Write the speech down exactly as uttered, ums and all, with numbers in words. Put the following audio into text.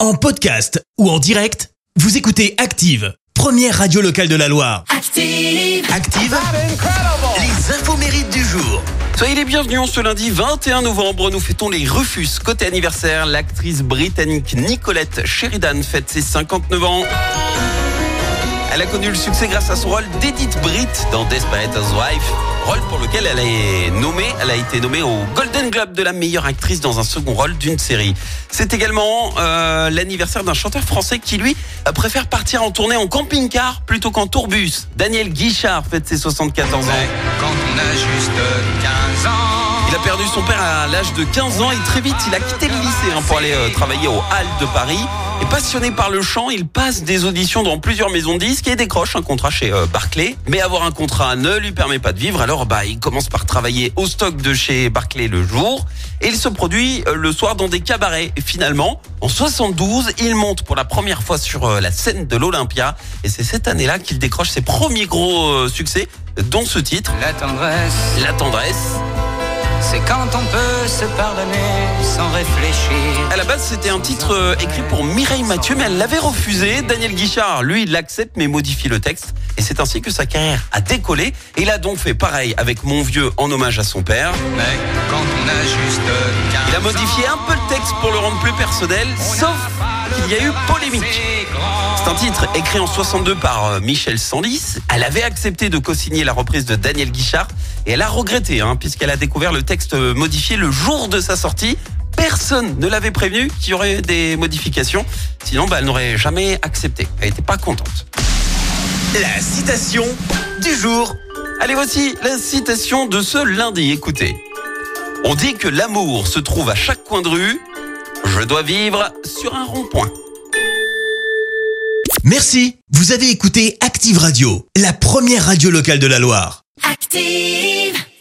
En podcast ou en direct, vous écoutez Active, première radio locale de la Loire. Active, Active, les infos mérites du jour. Soyez les bienvenus, ce lundi vingt et un novembre, nous fêtons les Rufus. Côté anniversaire, l'actrice britannique Nicolette Sheridan fête ses cinquante-neuf ans. Elle a connu le succès grâce à son rôle d'Edith Britt dans Desperate Housewives, rôle pour lequel elle est nommée, elle a été nommée au Golden Globe de la meilleure actrice dans un second rôle d'une série. C'est également euh, l'anniversaire d'un chanteur français qui, lui, préfère partir en tournée en camping-car plutôt qu'en tourbus. Daniel Guichard fête ses soixante-quatorze ans. Quand on a juste quinze ans. Il a perdu son père à l'âge de quinze ans et très vite, il a quitté le lycée hein, pour aller euh, travailler au Halles de Paris. Et passionné par le chant, il passe des auditions dans plusieurs maisons de disques et décroche un contrat chez euh, Barclay. Mais avoir un contrat ne lui permet pas de vivre, alors bah il commence par travailler au stock de chez Barclay le jour et il se produit euh, le soir dans des cabarets. Et finalement, en soixante-douze, il monte pour la première fois sur euh, la scène de l'Olympia et c'est cette année-là qu'il décroche ses premiers gros euh, succès, dont ce titre, La tendresse, La Tendresse. c'est quand on peut se pardonner sans réfléchir. À la base, c'était un titre euh, écrit pour Mireille Mathieu, mais elle l'avait refusé. Daniel Guichard, lui, il l'accepte, mais modifie le texte. Et c'est ainsi que sa carrière a décollé. Et il a donc fait pareil avec Mon Vieux en hommage à son père. Mais quand on a juste quinze ans. Il a modifié un peu le texte pour le rendre plus personnel, sauf qu'il y a eu polémique. C'est un titre écrit en soixante-deux par euh, Michel Sandis. Elle avait accepté de co-signer la reprise de Daniel Guichard. Et elle a regretté, hein, puisqu'elle a découvert le texte modifié le jour de sa sortie. Personne ne l'avait prévenu qu'il y aurait des modifications. Sinon, bah, elle n'aurait jamais accepté. Elle n'était pas contente. La citation du jour. Allez, voici la citation de ce lundi. Écoutez. On dit que l'amour se trouve à chaque coin de rue. Je dois vivre sur un rond-point. Merci, vous avez écouté Active Radio, la première radio locale de la Loire. active.